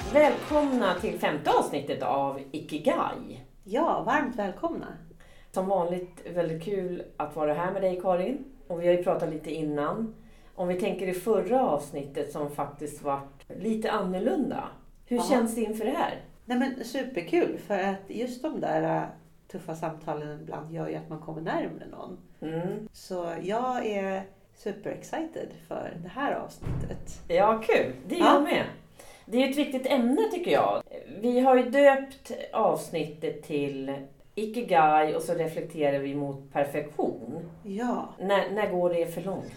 Välkomna till 5:e avsnittet av Ikigai. Ja, varmt välkomna. Som vanligt väldigt kul att vara här med dig, Karin. Och vi har ju pratat lite innan. Om vi tänker i förra avsnittet som faktiskt var lite annorlunda. Hur känns det inför det här? Nej men superkul, för att just de där tuffa samtalen ibland gör ju att man kommer närmare någon. Så jag är super excited för det här avsnittet. Ja, kul. Det är jag med. Det är ett viktigt ämne tycker jag. Vi har ju döpt avsnittet till Ikigai och så reflekterar vi mot perfektion. Ja. När går det för långt?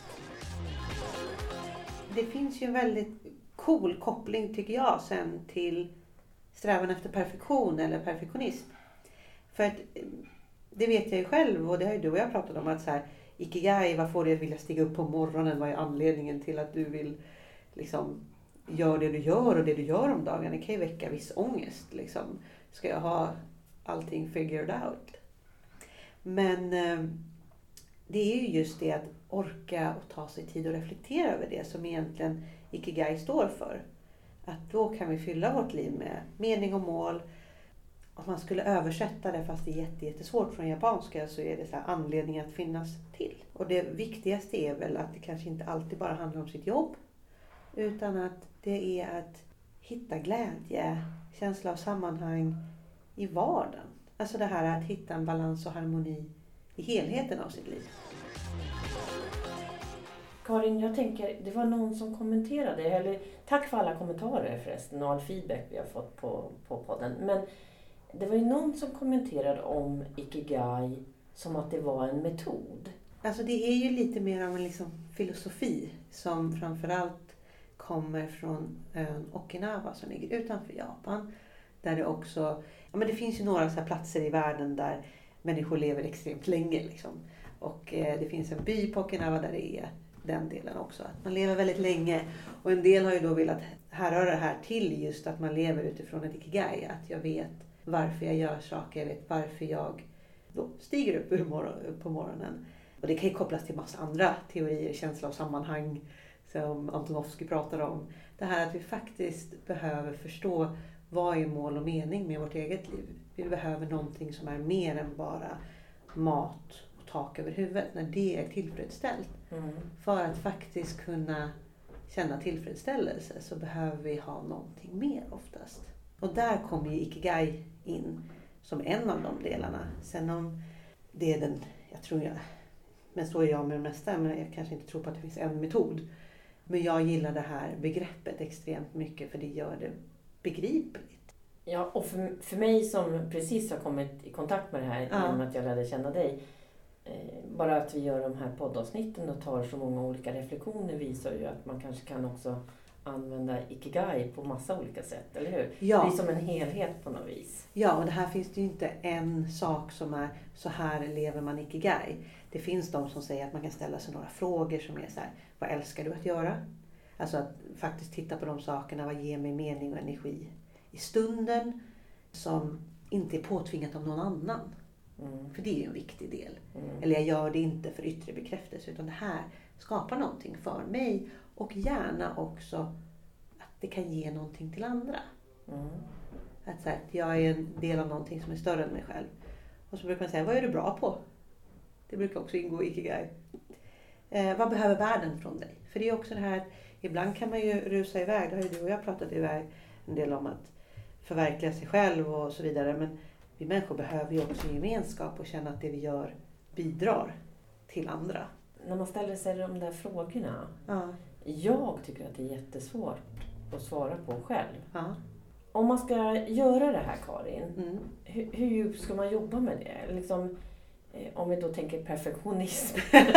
Det finns ju en väldigt cool koppling tycker jag sen till strävan efter perfektion eller perfektionism. För att det vet jag ju själv och det har ju du och jag pratat om att så här, Ikigai, vad får dig att vilja stiga upp på morgonen? Vad är anledningen till att du vill liksom göra det du gör och det du gör om dagen? Det kan ju väcka viss ångest liksom. Ska jag ha allting figured out? Men det är ju just det att orka och ta sig tid och reflektera över det som egentligen Ikigai står för. Att då kan vi fylla vårt liv med mening och mål. Om man skulle översätta det, fast det är jättesvårt från japanska, så är det så här anledning att finnas till. Och det viktigaste är väl att det kanske inte alltid bara handlar om sitt jobb. Utan att det är att hitta glädje, känsla av sammanhang i vardagen. Alltså det här att hitta en balans och harmoni i helheten av sitt liv. Karin, jag tänker, det var någon som kommenterade, eller tack för alla kommentarer förresten och all feedback vi har fått på podden. Men det var ju någon som kommenterade om Ikigai som att det var en metod. Alltså det är ju lite mer av en liksom filosofi som framförallt kommer från ön Okinawa som ligger utanför Japan. Där det också, ja men det finns ju några så här platser i världen där människor lever extremt länge liksom. Och det finns en by på Okinawa där det är den delen också. Att man lever väldigt länge. Och en del har ju då velat härröra det här till just att man lever utifrån ett Ikigai. Att jag vet varför jag gör saker. Jag vet varför jag då stiger upp på morgonen. Och det kan ju kopplas till massa andra teorier, känsla och sammanhang som Antonovsky pratar om. Det här att vi faktiskt behöver förstå vad är mål och mening med vårt eget liv. Vi behöver någonting som är mer än bara mat och tak över huvudet. När det är tillfredsställt. För att faktiskt kunna känna tillfredsställelse så behöver vi ha någonting mer oftast. Och där kommer ju Ikigai in som en av de delarna. Sen om det är men så är jag med det mesta, men jag kanske inte tror på att det finns en metod. Men jag gillar det här begreppet extremt mycket för det gör det begripligt. Ja, och för mig som precis har kommit i kontakt med det här genom att jag lärde känna dig. Bara att vi gör de här poddavsnitten och tar så många olika reflektioner visar ju att man kanske kan också använda Ikigai på massa olika sätt, eller hur? Ja. Det är som en helhet på något vis. Ja, och det här finns det ju inte en sak som är så här lever man Ikigai. Det finns de som säger att man kan ställa sig några frågor som är så här: vad älskar du att göra? Alltså att faktiskt titta på de sakerna, vad ger mig mening och energi i stunden som inte är påtvingat av någon annan. För det är ju en viktig del. Eller jag gör det inte för yttre bekräftelse utan det här skapar någonting för mig och gärna också att det kan ge någonting till andra. Att, så här, att jag är en del av någonting som är större än mig själv. Och så brukar man säga, vad är du bra på? Det brukar också ingå i Ikigai. Vad behöver världen från dig? För det är också det här att ibland kan man ju rusa iväg. Det har ju du och jag pratat iväg en del om att förverkliga sig själv och så vidare. Men vi människor behöver ju också gemenskap och känna att det vi gör bidrar till andra. När man ställer sig de där frågorna. Jag tycker att det är jättesvårt att svara på själv. Om man ska göra det här, Karin. Hur ska man jobba med det? Liksom, om vi då tänker perfektionism.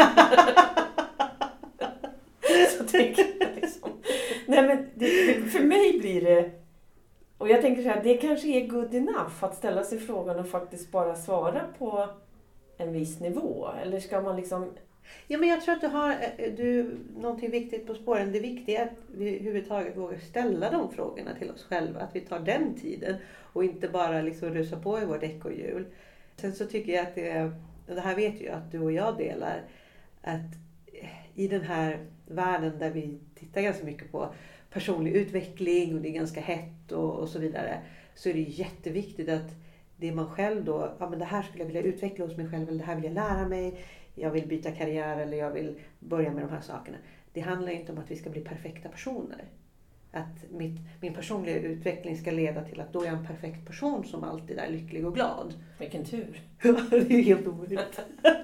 Så tänker jag liksom. Nej men för mig blir det. Och jag tänker så här, det kanske är good enough att ställa sig frågan och faktiskt bara svara på en viss nivå. Eller ska man liksom... Ja, men jag tror att du har någonting viktigt på spåren. Det viktiga är att vi överhuvudtaget vågar ställa de frågorna till oss själva. Att vi tar den tiden och inte bara liksom rusa på i vårt ekorrhjul. Sen så tycker jag att det här vet ju att du och jag delar. Att i den här världen där vi tittar ganska mycket på personlig utveckling och det är ganska hett och så vidare, så är det jätteviktigt att det man själv då, ja men det här skulle jag vilja utveckla hos mig själv, eller det här vill jag lära mig, jag vill byta karriär eller jag vill börja med de här sakerna. Det handlar inte om att vi ska bli perfekta personer. Att min personliga utveckling ska leda till att då är jag en perfekt person som alltid är lycklig och glad. Vilken tur. Det är helt omöjligt.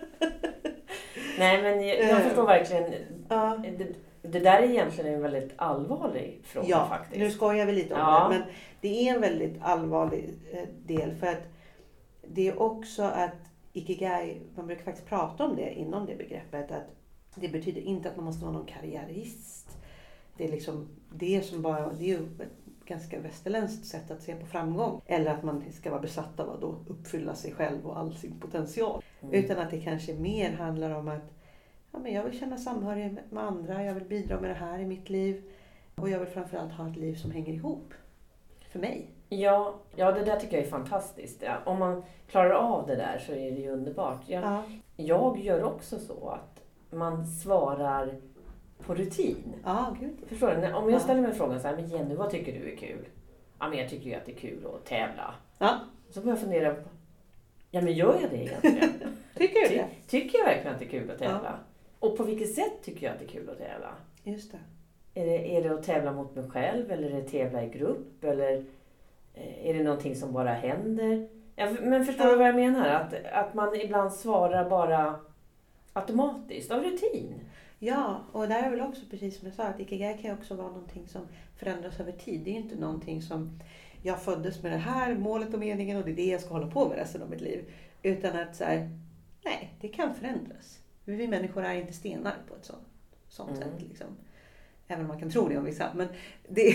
Nej, men jag förstår verkligen. Det där är egentligen en väldigt allvarlig fråga faktiskt. Nu skojar vi lite om det, men det är en väldigt allvarlig del, för att det är också att Ikigai, man brukar faktiskt prata om det inom det begreppet, att det betyder inte att man måste vara någon karriärist. Det är liksom det som bara, det är ju ett ganska västerländskt sätt att se på framgång. Eller att man ska vara besatt av att då uppfylla sig själv och all sin potential. Utan att det kanske mer handlar om att men jag vill känna samhörighet med andra, jag vill bidra med det här i mitt liv. Och jag vill framförallt ha ett liv som hänger ihop. För mig. Ja, det där tycker jag är fantastiskt. Ja, om man klarar av det där så är det ju underbart. Jag gör också så att man svarar på rutin. Gud. Förstår du? Om jag ställer mig frågan så här, men Jenny, vad tycker du är kul? Ja, men jag tycker ju att det är kul att tävla. Så börjar jag fundera på, men gör jag det egentligen? Tycker du det? Tycker jag verkligen att det är kul att tävla? Och på vilket sätt tycker jag att det är kul att tävla? Just det. Är det att tävla mot mig själv, eller är det att tävla i grupp, eller är det någonting som bara händer? Men förstår du vad jag menar? Att man ibland svarar bara automatiskt, av rutin. Ja, och där är väl också precis som jag sa, att Ikigai kan också vara någonting som förändras över tid. Det är inte någonting som jag föddes med det här målet och meningen och det är det jag ska hålla på med resten av mitt liv. Utan att så här, nej, det kan förändras. Vi människor är inte stenar på ett sånt sätt liksom. Även om man kan tro det om vissa. Men det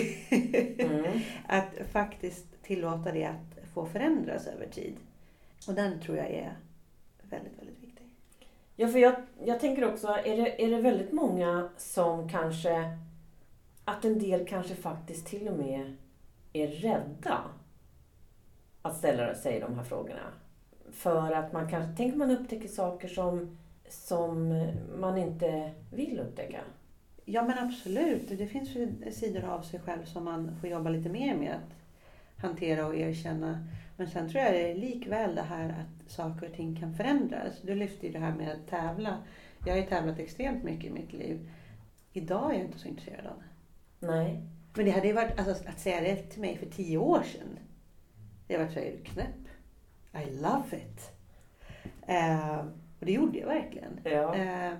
att faktiskt tillåta det att få förändras över tid. Och den tror jag är väldigt, väldigt viktig. Ja, för jag tänker också, är det väldigt många som kanske, att en del kanske faktiskt till och med är rädda att ställa sig de här frågorna. För att man kanske, tänker man upptäcker saker som man inte vill upptäcka. Ja, men absolut. Det finns ju sidor av sig själv som man får jobba lite mer med att hantera och erkänna. Men sen tror jag det är likväl det här att saker och ting kan förändras. Du lyfter ju det här med att tävla. Jag har ju tävlat extremt mycket i mitt liv. Idag är jag inte så intresserad av det. Nej. Men det hade ju varit, alltså, att säga det till mig för 10 år sedan. Det var så här, knäpp. I love it. Och det gjorde jag verkligen. Ja.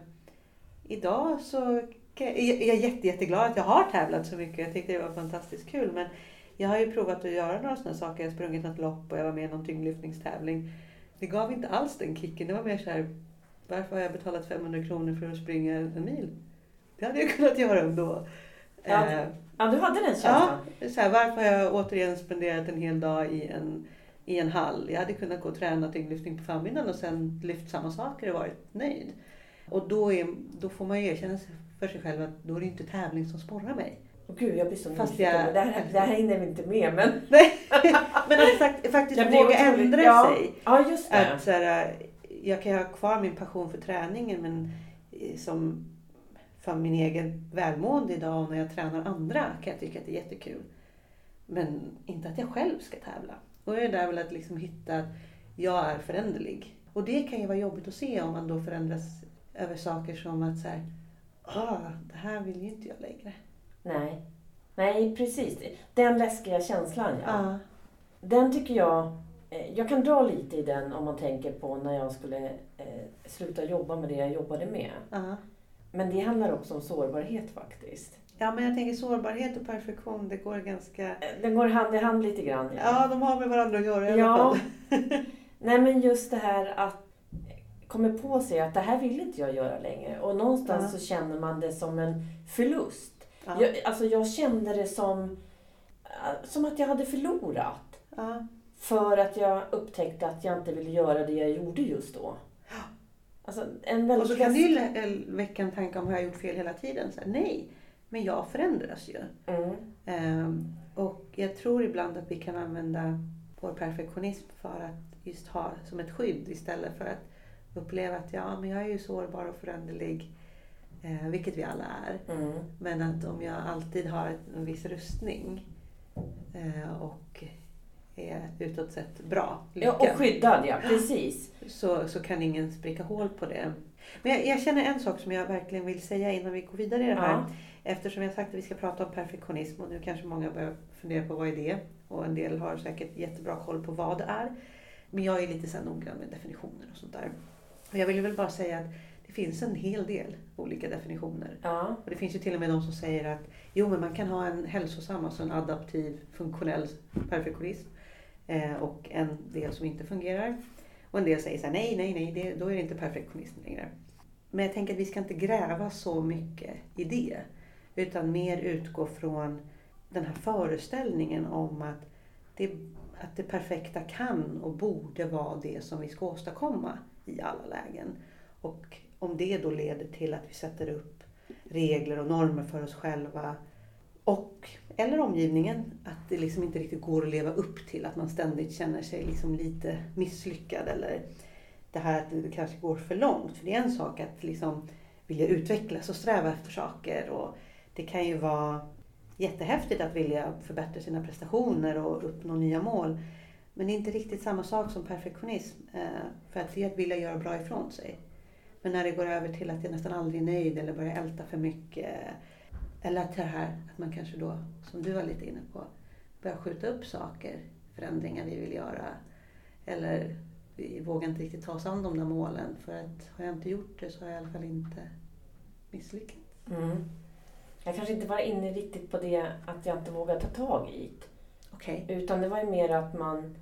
Idag så jag är jätteglad att jag har tävlat så mycket. Jag tyckte det var fantastiskt kul. Men jag har ju provat att göra några sådana saker. Jag har sprungit något lopp och jag var med i någon tyngdlyftningstävling. Det gav inte alls den kicken. Det var mer så här, varför har jag betalat 500 kronor för att springa en mil? Det hade jag kunnat göra ändå. Ja, du hade den känslan. Ja, så här, varför har jag återigen spenderat en hel dag i en hall? Jag hade kunnat gå och träna tyngdlyftning på förmiddagen och sen lyft samma saker och varit nöjd. Och då får man ju erkänna för sig själv att då är det inte tävling som sporrar mig. Gud, jag blir så nyfiken. Det här hinner vi inte med. Men, men att faktiskt våga ändra sig. Ja, just det. Att, så här, jag kan ha kvar min passion för träningen, men som för min egen välmående idag när jag tränar andra kan jag tycka att det är jättekul. Men inte att jag själv ska tävla. Och det är där väl att liksom hitta att jag är föränderlig. Och det kan ju vara jobbigt att se om man då förändras över saker som att så här, det här vill ju inte jag längre. Nej, precis. Den läskiga känslan, ja. Den tycker jag kan dra lite i den om man tänker på när jag skulle sluta jobba med det jag jobbade med. Men det handlar också om sårbarhet faktiskt. Ja, men jag tänker sårbarhet och perfektion, det går ganska... Den går hand i hand lite grann. Ja, de har med varandra att göra i alla fall. Nej, men just det här att kommer på sig att det här vill inte jag göra längre. Och någonstans så känner man det som en förlust. Jag kände det som att jag hade förlorat. För att jag upptäckte att jag inte ville göra det jag gjorde just då. Alltså, och så kan det ju väcka en tanke om hur jag har gjort fel hela tiden. Så här, nej, men jag förändras ju. Och jag tror ibland att vi kan använda vår perfektionism för att just ha som ett skydd istället för att uppleva att men jag är ju sårbar och föränderlig. Vilket vi alla är. Men att om jag alltid har en viss rustning och är utåt sett bra, lyckad. Ja, och skyddad, ja, precis. Så kan ingen spricka hål på det. Men jag känner en sak som jag verkligen vill säga innan vi går vidare i det här. Ja. Eftersom jag sagt att vi ska prata om perfektionism och nu kanske många börjar fundera på vad är det. Och en del har säkert jättebra koll på vad det är. Men jag är lite så här noggrann med definitioner och sånt där. Och jag vill väl bara säga att det finns en hel del olika definitioner. Ja. Och det finns ju till och med de som säger att men man kan ha en hälsosam, alltså en adaptiv, funktionell perfektionism. Och en del som inte fungerar. Och en del säger så här, nej, då är det inte perfektionism längre. Men jag tänker att vi ska inte gräva så mycket i det. Utan mer utgå från den här föreställningen om att det perfekta kan och borde vara det som vi ska åstadkomma i alla lägen. Och om det då leder till att vi sätter upp regler och normer för oss själva eller omgivningen, att det liksom inte riktigt går att leva upp till, att man ständigt känner sig liksom lite misslyckad eller det här att det kanske går för långt. För det är en sak att liksom vilja utvecklas och sträva efter saker, och det kan ju vara jättehäftigt att vilja förbättra sina prestationer och uppnå nya mål. Men det är inte riktigt samma sak som perfektionism, för att det är att vilja göra bra ifrån sig. Men när det går över till att jag nästan aldrig är nöjd eller börjar älta för mycket, eller att det här att man kanske då, som du var lite inne på, börjar skjuta upp saker, förändringar vi vill göra. Eller vi vågar inte riktigt ta oss an de där målen, för att har jag inte gjort det så har jag i alla fall inte misslyckats. Jag kanske inte var inne riktigt på det att jag inte vågar ta tag i det. Okay. Utan det var ju mer att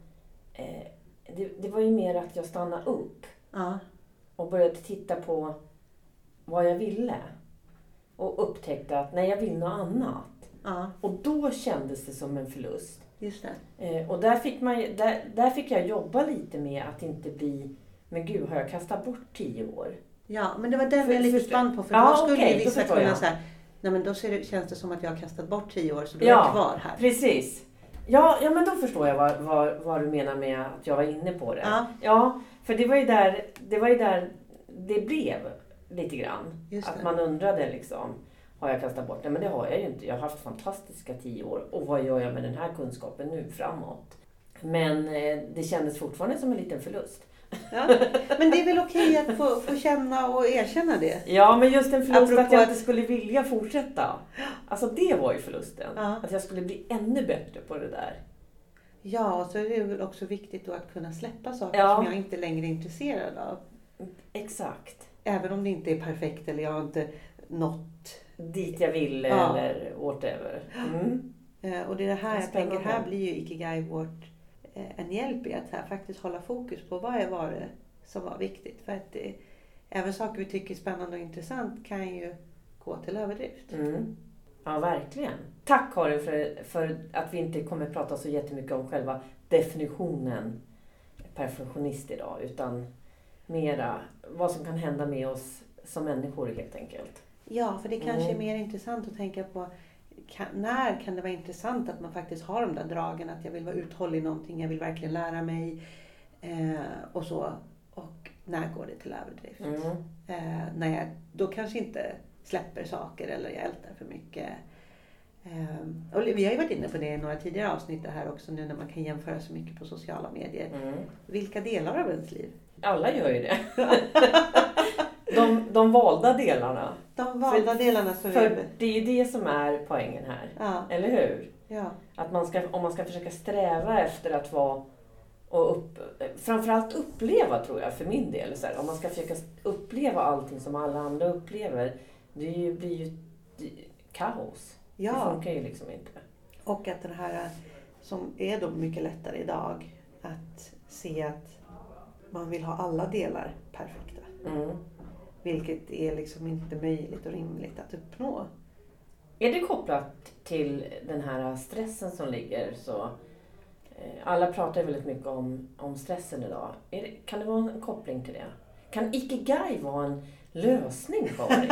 det var ju mer att jag stannade upp. Och började titta på vad jag ville. Och upptäckte att nej, jag vill något annat. Och då kändes det som en förlust. Just det. Och där fick jag jobba lite med att inte bli, men gud, har jag kastat bort 10 år? Ja, men det var den jag är lite spann på. För då skulle vissa kunna säga, nej men då känns det som att jag har kastat bort 10 år, så då är jag kvar här. Precis. Ja, men då förstår jag vad du menar med att jag var inne på det. Ja, för det var ju där det blev lite grann. Att man undrade liksom, har jag kastat bort det? Men det har jag ju inte. Jag har haft fantastiska 10 år. Och vad gör jag med den här kunskapen nu framåt? Men det kändes fortfarande som en liten förlust. Ja, men det är väl okej att få känna och erkänna det? Ja, men just en förlust att jag inte skulle vilja fortsätta. Alltså det var ju förlusten. Att jag skulle bli ännu bättre på det där. Ja, och så är det väl också viktigt då att kunna släppa saker som jag inte längre är intresserad av. Exakt. Även om det inte är perfekt eller jag har inte nått dit jag ville eller whatever. Och det är det här jag tänker, här blir ju Ikigai en hjälp i att här faktiskt hålla fokus på vad var det som var viktigt. För att även saker vi tycker är spännande och intressant kan ju gå till överdrift. Ja, verkligen. Tack Karin för att vi inte kommer att prata så jättemycket om själva definitionen perfektionist idag, utan mera vad som kan hända med oss som människor helt enkelt. Ja, för det kanske är mer intressant att tänka på när kan det vara intressant att man faktiskt har de där dragen, att jag vill vara uthållig i någonting, jag vill verkligen lära mig och så. Och när går det till överdrift? När jag då kanske inte släpper saker eller jag ältar för mycket. Och vi har ju varit inne på det i några tidigare avsnitt här också, nu när man kan jämföra så mycket på sociala medier. Vilka delar av ens liv? Alla gör ju det. De valda delarna. De valda delarna. För det är ju det som är poängen här. Ja. Eller hur? Ja. Att om man ska försöka sträva efter att vara framförallt uppleva, tror jag, för min del. Så här, om man ska försöka uppleva allting som alla andra upplever, det blir ju kaos. Ja. Det funkar ju liksom inte. Och att det här som är då mycket lättare idag, att se att man vill ha alla delar perfekta. Vilket är liksom inte möjligt och rimligt att uppnå. Är det kopplat till den här stressen som ligger så? Alla pratar väldigt mycket om stressen idag. Kan det vara en koppling till det? Kan Ikigai vara en lösning, Karin?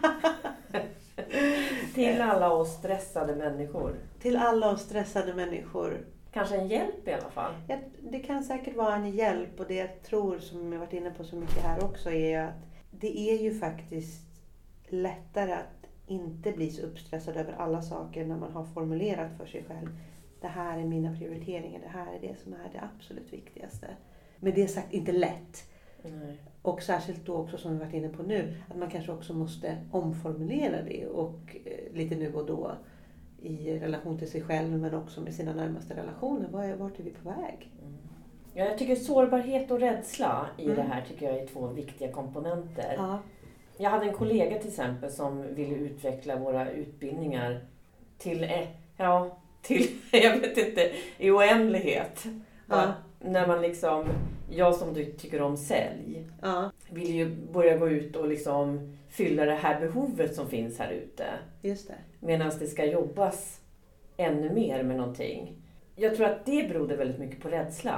Till alla oss stressade människor. Till alla oss stressade människor. Kanske en hjälp i alla fall. Ja, det kan säkert vara en hjälp, och det jag tror, som jag varit inne på så mycket här också, är att det är ju faktiskt lättare att inte bli så uppstressad över alla saker när man har formulerat för sig själv. Det här är mina prioriteringar, det här är det som är det absolut viktigaste. Men det är sagt inte lätt. Nej. Och särskilt då också som vi varit inne på nu, att man kanske också måste omformulera det och lite nu och då i relation till sig själv men också med sina närmaste relationer. Vart är vi på väg? Ja, jag tycker sårbarhet och rädsla i det här tycker jag är 2 viktiga komponenter. Ja. Jag hade en kollega till exempel som ville utveckla våra utbildningar till jag vet inte, i oändlighet. Ja. När man liksom, jag som tycker om sälj, vill ju börja gå ut och liksom fylla det här behovet som finns här ute. Just det. Medan det ska jobbas ännu mer med någonting. Jag tror att det berodde väldigt mycket på rädsla.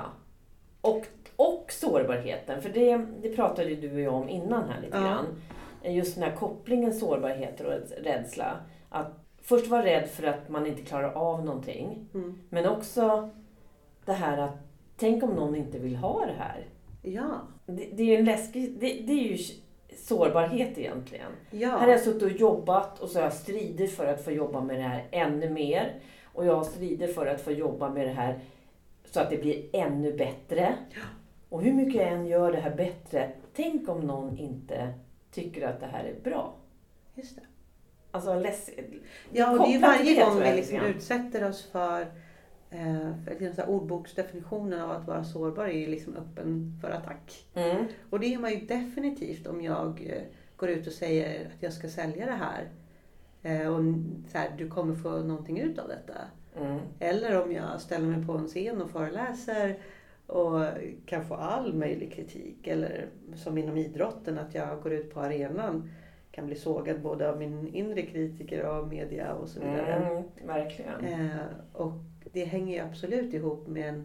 Och sårbarheten. För det pratade ju du och jag om innan här lite grann. Just den här kopplingen sårbarhet och rädsla. Att först vara rädd för att man inte klarar av någonting. Men också det här att tänk om någon inte vill ha det här. Ja. Det är ju en läskig, det är ju sårbarhet egentligen. Ja. Här har jag suttit och jobbat och så har jag strider för att få jobba med det här ännu mer. Och jag har strider för att få jobba med det här så att det blir ännu bättre. Ja. Och hur mycket jag än gör det här bättre, tänk om någon inte tycker att det här är bra. Just det. Alltså ja, och det är ju varje gång vi liksom utsätter oss för ordboksdefinitionen av att vara sårbar är ju liksom öppen för attack. Och det är man ju definitivt om jag går ut och säger att jag ska sälja det här. Och så här, du kommer få någonting ut av detta. Eller om jag ställer mig på en scen och föreläser och kan få all möjlig kritik. Eller som inom idrotten att jag går ut på arenan kan bli sågad både av min inre kritiker och av media och så vidare. Verkligen. Och det hänger ju absolut ihop med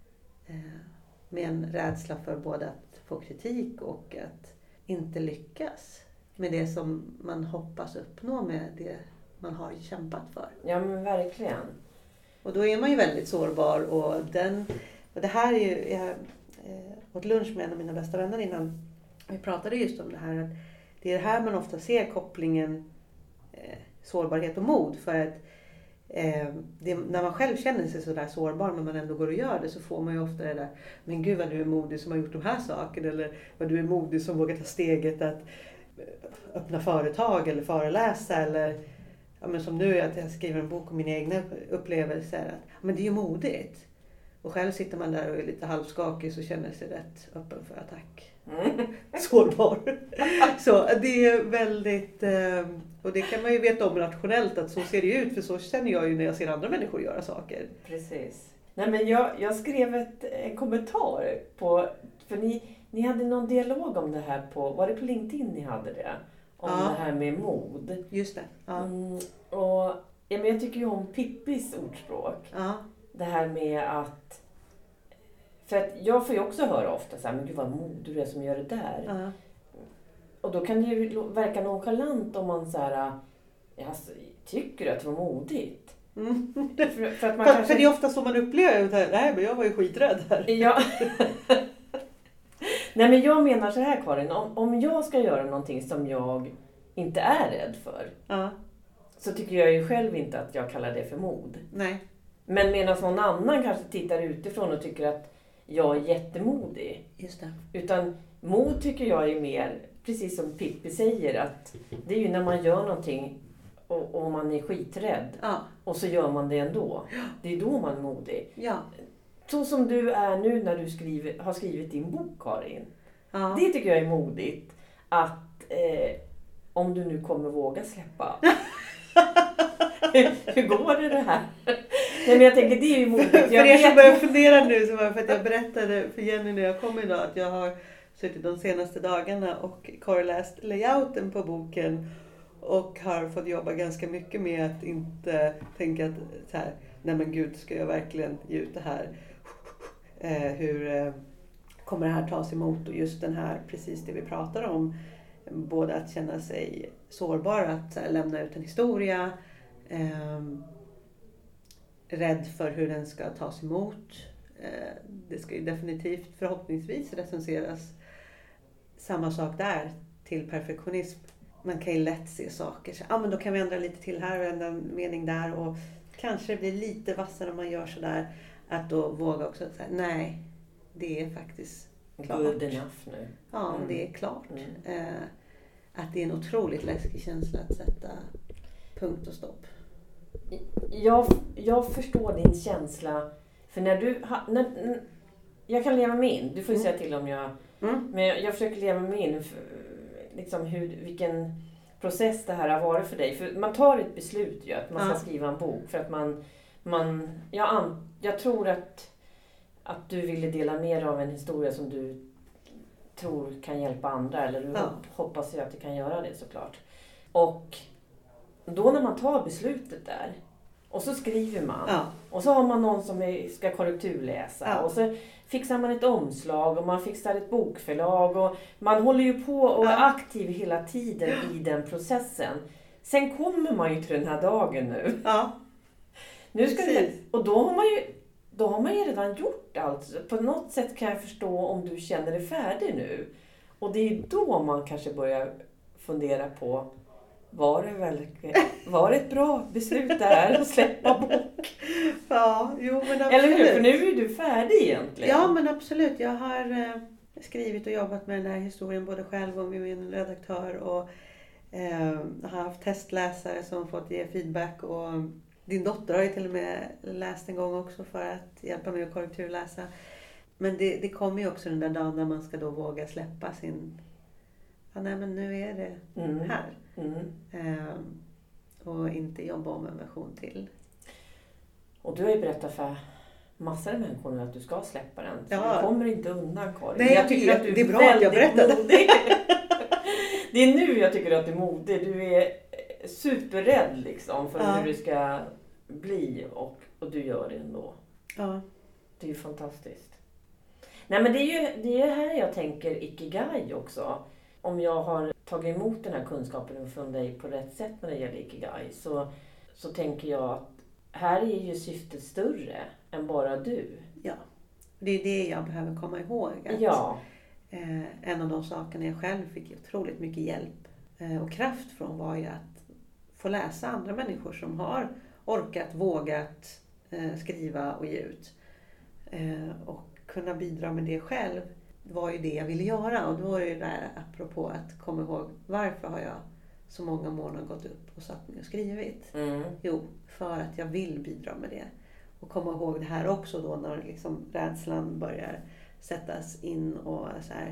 en rädsla för både att få kritik och att inte lyckas med det som man hoppas uppnå med det man har kämpat för. Ja, men verkligen. Och då är man ju väldigt sårbar och det här är ju, jag åt lunch med en av mina bästa vänner innan vi pratade just om det här, att det är det här man ofta ser kopplingen sårbarhet och mod, för att när man själv känner sig så där sårbar men man ändå går och gör det, så får man ju ofta det där, men gud vad du är modig som har gjort de här sakerna, eller vad du är modig som vågar ta steget att öppna företag eller föreläsa, eller ja, men som nu att jag skriver en bok om mina egna upplevelser, att men det är ju modigt. Och själv sitter man där och är lite halvskakig så känner sig rätt öppen för attack. Sårbar. Så det är väldigt, och det kan man ju veta om rationellt att så ser det ut, för så känner jag ju när jag ser andra människor göra saker. Precis. Nej, men jag skrev en kommentar på, för ni hade någon dialog om det här var det på LinkedIn ni hade det? Om det här med mod. Just det. Ja. Och men jag tycker ju om Pippis ordspråk. Ja. Det här med att, för att jag får ju också höra ofta så här, men gud vad modig du är som gör det där. Ja. Och då kan det ju verka nonchalant om man så här, jag tycker att det var modigt. För att man för det är ofta så man upplever det. Nej, men jag var ju skiträdd här. Ja. Nej, men jag menar så här, Karin, om jag ska göra någonting som jag inte är rädd för, så tycker jag ju själv inte att jag kallar det för mod. Nej. Men medan någon annan kanske tittar utifrån och tycker att jag är jättemodig. Just det. Utan mod tycker jag är mer, precis som Pippi säger, att det är ju när man gör någonting och man är skiträdd. Ja. Och så gör man det ändå. Det är då man är modig. Ja. Så som du är nu när du har skrivit din bok, Karin. Ja. Det tycker jag är modigt. Att om du nu kommer våga släppa. Hur går det här? Nej, men jag tänker det är ju modigt. För er som börjar fundera nu, så var det för att jag berättade för Jenny när jag kom idag att jag har suttit de senaste dagarna och korreläst layouten på boken och har fått jobba ganska mycket med att inte tänka att så här, nej men gud, ska jag verkligen ge ut det här? Hur kommer det här tas emot? Och just den här, precis det vi pratar om, både att känna sig sårbar, att så här, lämna ut en historia, rädd för hur den ska tas emot. Det ska ju definitivt förhoppningsvis recenseras. Samma sak där, till perfektionism. man kan ju lätt se saker. Så, men då kan vi ändra lite till här och ändra en mening där. Och kanske det blir lite vassare om man gör sådär. Att då våga också säga nej, det är faktiskt klart. Good enough nu. Ja, det är klart. Att det är en otroligt läskig känsla att sätta punkt och stopp. Jag förstår din känsla. För när du... jag kan leva med in. Du får ju säga till om jag... Men jag försöker leva med in. Liksom vilken process det här har varit för dig. För man tar ett beslut ju. Att man ska skriva en bok. För att jag tror att du ville dela mer av en historia som du tror kan hjälpa andra. Eller du hoppas ju att du kan göra det såklart. Och då när man tar beslutet där. Och så skriver man. Ja. Och så har man någon som ska korrekturläsa. Ja. Och så fixar man ett omslag. Och man fixar ett bokförlag. Och man håller ju på och är aktiv hela tiden i den processen. Sen kommer man ju till den här dagen nu. Ja. Nu ska och då har man ju redan gjort allt. På något sätt kan jag förstå om du känner dig färdig nu. Och det är då man kanske börjar fundera på. Var det ett bra beslut där att släppa bok? Ja, jo men absolut. Eller hur? För nu är du färdig egentligen. Ja men absolut. Jag har skrivit och jobbat med den här historien både själv och med min redaktör. Och har haft testläsare som fått ge feedback. Och din dotter har ju till och med läst en gång också för att hjälpa mig att korrekturläsa. Men det kommer ju också den där dagen när man ska då våga släppa sin... Ja, nej men nu är det här. Och inte jobba om en version till. Och du har ju berättat för massor av människor nu att du ska släppa den. Så du kommer inte undan, Karin. Nej, jag tycker att du är bra att jag berättade. Modig. Det är nu jag tycker att du är modig. Du är superrädd liksom för hur du ska bli. Och du gör det ändå. Ja. Det är ju fantastiskt. Nej men det är här jag tänker Ikigai också. Om jag har tagit emot den här kunskapen från dig på rätt sätt när det gäller Ikigai så tänker jag att här är ju syftet större än bara du. Ja, det är det jag behöver komma ihåg. En av de sakerna jag själv fick otroligt mycket hjälp och kraft från var ju att få läsa andra människor som har orkat, vågat skriva och ge ut. Och kunna bidra med det själv. Det var ju det jag ville göra och då var det ju där apropå att komma ihåg varför har jag så många månader gått upp och satt mig och skrivit. Jo, för att jag vill bidra med det. Och komma ihåg det här också då när liksom rädslan börjar sättas in och så här,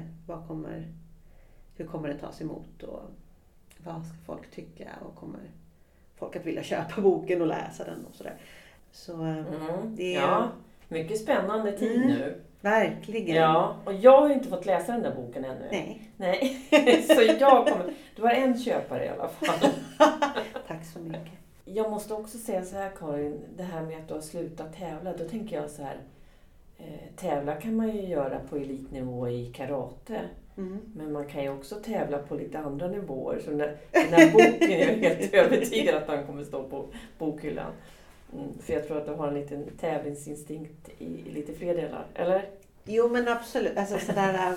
hur kommer det tas emot och vad ska folk tycka och kommer folk att vilja köpa boken och läsa den och sådär. Så det är mycket spännande tid nu. Verkligen. Ja, och jag har inte fått läsa den där boken ännu. Nej. Så du har en köpare i alla fall. Tack så mycket. Jag måste också säga så här, Karin, det här med att du har slutat tävla. Då tänker jag så här, tävla kan man ju göra på elitnivå i karate. Men man kan ju också tävla på lite andra nivåer. Så den här boken är jag helt övertygad att den kommer stå på bokhyllan. För jag tror att du har en liten tävlingsinstinkt i lite fler delar, eller? Jo men absolut, alltså sådär,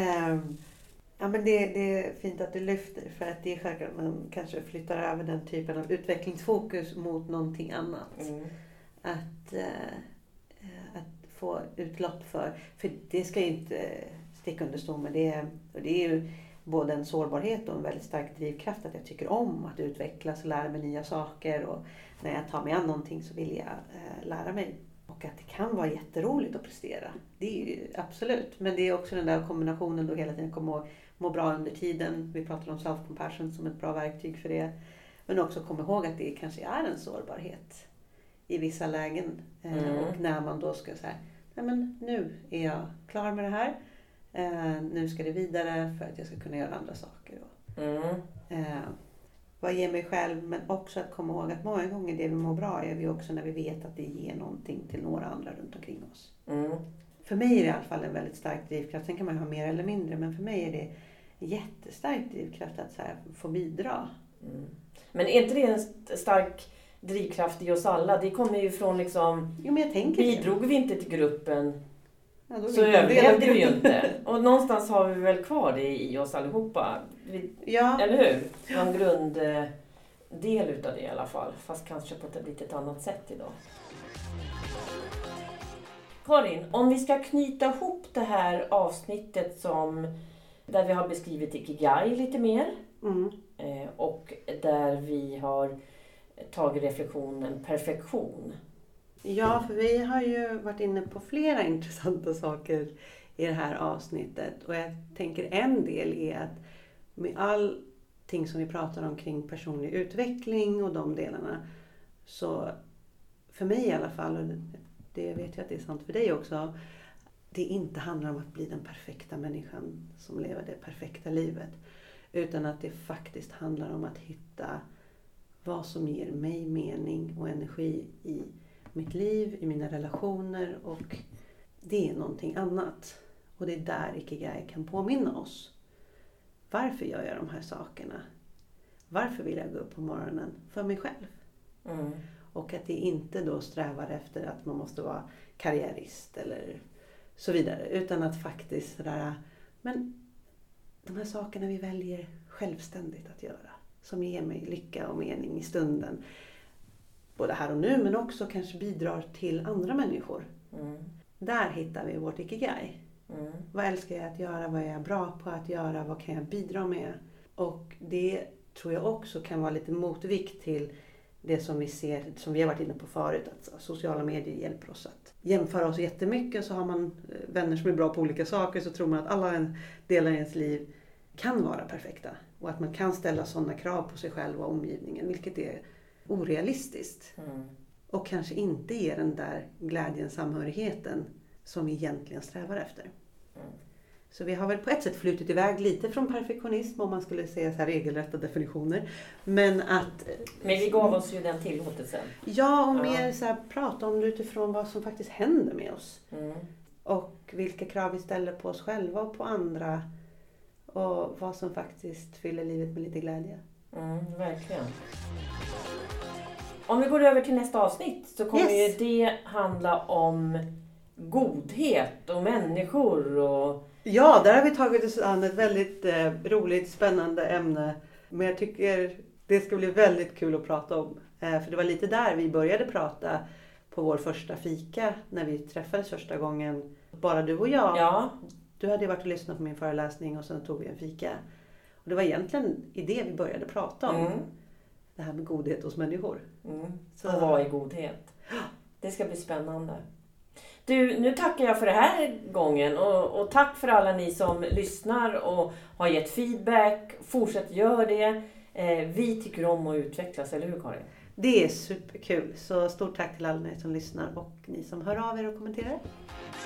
ja men det är fint att du lyfter för att det är självklart att man kanske flyttar över den typen av utvecklingsfokus mot någonting annat. Att få utlopp för det ska ju inte sticka under stol med det. Och det är ju både en sårbarhet och en väldigt stark drivkraft att jag tycker om att utvecklas och lära mig nya saker och när jag tar mig an någonting så vill jag lära mig. Och att det kan vara jätteroligt att prestera. Det är ju absolut. Men det är också den där kombinationen då hela tiden komma att må bra under tiden. Vi pratar om self-compassion som ett bra verktyg för det. Men också komma ihåg att det kanske är en sårbarhet i vissa lägen. Och när man då ska säga, nej men nu är jag klar med det här. Nu ska det vidare för att jag ska kunna göra andra saker. Vad ger mig själv, men också att komma ihåg att många gånger det vi mår bra är vi också när vi vet att det ger någonting till några andra runt omkring oss. För mig är det i alla fall en väldigt stark drivkraft. Sen kan man ha mer eller mindre, men för mig är det en jättestark drivkraft att så här, få bidra. Men är inte det en stark drivkraft i oss alla? Det kommer ju från liksom... Jo, men jag tänker bidrog vi inte till gruppen så överlevde vi ju inte. Och någonstans har vi väl kvar det i oss allihopa. Eller hur? Det var en grunddel utav det i alla fall. Fast kanske på ett lite annat sätt idag. Karin, om vi ska knyta ihop det här avsnittet där vi har beskrivit Ikigai lite mer. Och där vi har tagit reflektionen perfektion. Ja, för vi har ju varit inne på flera intressanta saker i det här avsnittet. Och jag tänker en del är att med allting som vi pratar om kring personlig utveckling och de delarna. Så för mig i alla fall, och det vet jag att det är sant för dig också. Det inte handlar om att bli den perfekta människan som lever det perfekta livet. Utan att det faktiskt handlar om att hitta vad som ger mig mening och energi i mitt liv, i mina relationer, och det är någonting annat. Och det är där Ikigai kan påminna oss. Varför gör jag de här sakerna? Varför vill jag gå upp på morgonen? För mig själv. Och att det inte då strävar efter att man måste vara karriärist eller så vidare. Utan att faktiskt sådär, men de här sakerna vi väljer självständigt att göra. Som ger mig lycka och mening i stunden. Både här och nu, men också kanske bidrar till andra människor. Där hittar vi vårt Ikigai. Vad älskar jag att göra? Vad är jag bra på att göra? Vad kan jag bidra med? Och det tror jag också kan vara lite motvikt till det som vi ser, som vi har varit inne på förut. Att sociala medier hjälper oss att jämföra oss jättemycket. Så har man vänner som är bra på olika saker, så tror man att alla delar i ens liv kan vara perfekta. Och att man kan ställa sådana krav på sig själv och omgivningen. Vilket är orealistiskt. Och kanske inte ger den där glädjen, samhörigheten som vi egentligen strävar efter. Så vi har väl på ett sätt flutit iväg lite från perfektionism, om man skulle säga så här regelrätta definitioner. Men vi gav oss ju den tillåtelsen. Ja, och mer så här, prata om det utifrån vad som faktiskt händer med oss. Och vilka krav vi ställer på oss själva och på andra. Och vad som faktiskt fyller livet med lite glädje. Verkligen. Om vi går över till nästa avsnitt så kommer ju det handla om godhet och människor. Ja, där har vi tagit oss an ett väldigt roligt, spännande ämne. Men jag tycker det ska bli väldigt kul att prata om. För det var lite där vi började prata på vår första fika när vi träffades första gången. Bara du och jag. Ja. Du hade varit och lyssnat på min föreläsning och sen tog vi en fika. Och det var egentligen i det vi började prata om. Det här med godhet hos människor. Så. Och vad är godhet? Det ska bli spännande. Du, nu tackar jag för det här gången. Och tack för alla ni som lyssnar och har gett feedback. Fortsätt gör det. Vi tycker om att utvecklas, eller hur Karin? Det är superkul. Så stort tack till alla ni som lyssnar och ni som hör av er och kommenterar.